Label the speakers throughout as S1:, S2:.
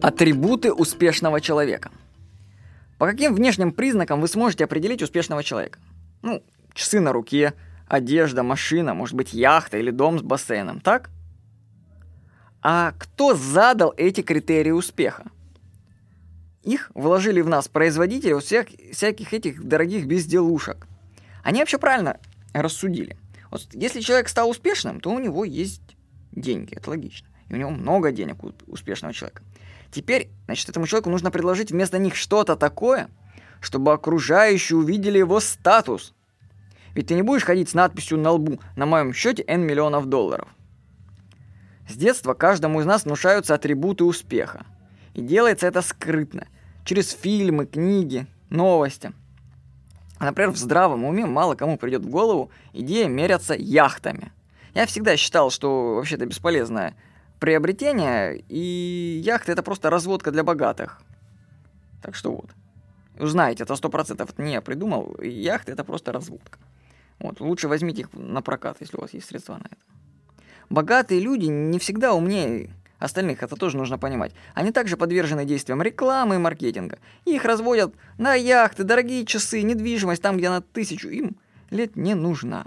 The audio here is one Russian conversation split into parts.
S1: Атрибуты успешного человека. По каким внешним признакам вы сможете определить успешного человека? Часы на руке, одежда, машина, может быть, яхта или дом с бассейном, так? А кто задал эти критерии успеха? Их вложили в нас производители всяких этих дорогих безделушек. Они вообще правильно рассудили. Вот если человек стал успешным, то у него есть деньги, это логично. И у него много денег у успешного человека. Теперь, этому человеку нужно предложить вместо них что-то такое, чтобы окружающие увидели его статус. Ведь ты не будешь ходить с надписью на лбу «На моем счете N миллионов долларов». С детства каждому из нас внушаются атрибуты успеха. И делается это скрытно, через фильмы, книги, новости. Например, в здравом уме мало кому придет в голову идея меряться яхтами. Я всегда считал, что вообще это бесполезное приобретение, и яхта — это просто разводка для богатых. Так что вот. Узнаете, это 100% это не я придумал, и яхта — это просто разводка. Вот, лучше возьмите их на прокат, если у вас есть средства на это. Богатые люди не всегда умнее остальных, это тоже нужно понимать. Они также подвержены действиям рекламы и маркетинга. Их разводят на яхты, дорогие часы, недвижимость, там, где на 1000 им лет не нужна.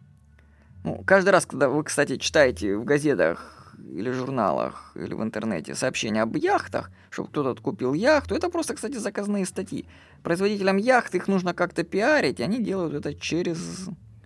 S1: Каждый раз, когда вы, кстати, читаете в газетах или журналах, или в интернете сообщения об яхтах, чтобы кто-то купил яхту, это просто, кстати, заказные статьи. Производителям яхт их нужно как-то пиарить, и они делают это через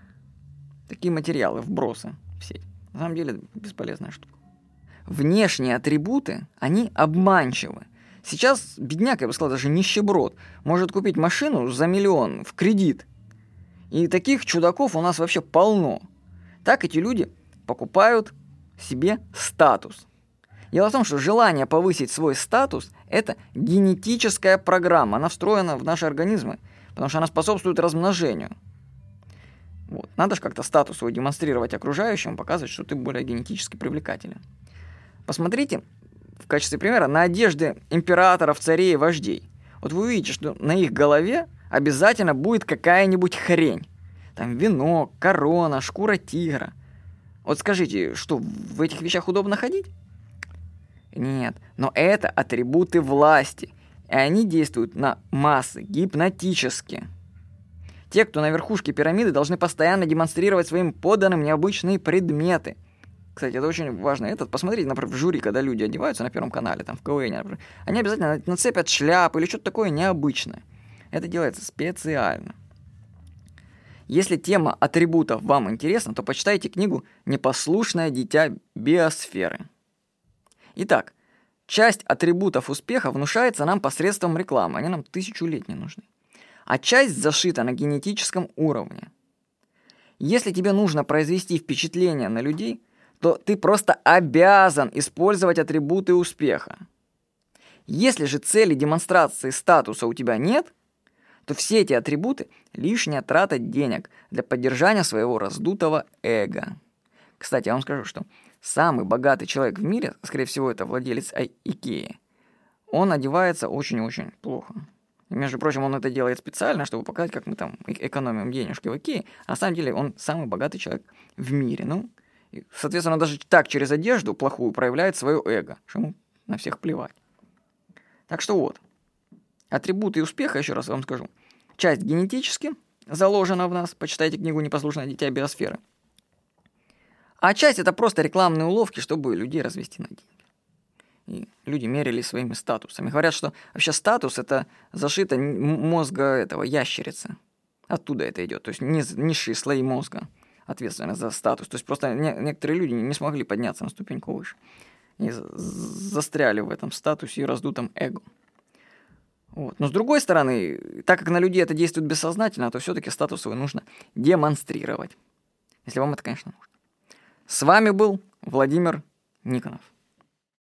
S1: такие материалы, вбросы в сеть. На самом деле, бесполезная штука. Внешние атрибуты, они обманчивы. Сейчас бедняк, я бы сказал, даже нищеброд, может купить машину за 1 миллион в кредит. И таких чудаков у нас вообще полно. Так эти люди покупают себе статус. Дело в том, что желание повысить свой статус – это генетическая программа. Она встроена в наши организмы, потому что она способствует размножению. Вот. Надо же как-то статус свой демонстрировать окружающим, показывать, что ты более генетически привлекателен. Посмотрите в качестве примера на одежды императоров, царей и вождей. Вот вы увидите, что на их голове обязательно будет какая-нибудь хрень. Там венок, корона, шкура тигра. Вот скажите, что в этих вещах удобно ходить? Нет, но это атрибуты власти, и они действуют на массы гипнотически. Те, кто на верхушке пирамиды, должны постоянно демонстрировать своим подданным необычные предметы. Кстати, это очень важно. Посмотрите, например, в жюри, когда люди одеваются на Первом канале, там в КВН, например, они обязательно нацепят шляпу или что-то такое необычное. Это делается специально. Если тема атрибутов вам интересна, то почитайте книгу «Непослушное дитя биосферы». Итак, часть атрибутов успеха внушается нам посредством рекламы. Они нам 1000 лет не нужны. А часть зашита на генетическом уровне. Если тебе нужно произвести впечатление на людей, то ты просто обязан использовать атрибуты успеха. Если же цели демонстрации статуса у тебя нет, то все эти атрибуты – лишняя трата денег для поддержания своего раздутого эго. Кстати, я вам скажу, что самый богатый человек в мире, скорее всего, это владелец Икеи, он одевается очень-очень плохо. И, между прочим, он это делает специально, чтобы показать, как мы там экономим денежки в Икее. А на самом деле он самый богатый человек в мире. И, соответственно, он даже так через одежду плохую проявляет свое эго, что ему на всех плевать. Так что вот. Атрибуты успеха, еще раз вам скажу. Часть генетически заложена в нас. Почитайте книгу «Непослушное дитя биосферы». А часть — это просто рекламные уловки, чтобы людей развести на деньги. И люди мерили своими статусами. Говорят, что вообще статус — это зашито мозга этого ящерицы. Оттуда это идет. То есть низшие слои мозга ответственны за статус. То есть просто некоторые люди не смогли подняться на ступеньку выше. И застряли в этом статусе и раздутом эго. Вот. Но с другой стороны, так как на людей это действует бессознательно, то все-таки статусовый нужно демонстрировать. Если вам это, конечно, нужно. С вами был Владимир Никонов.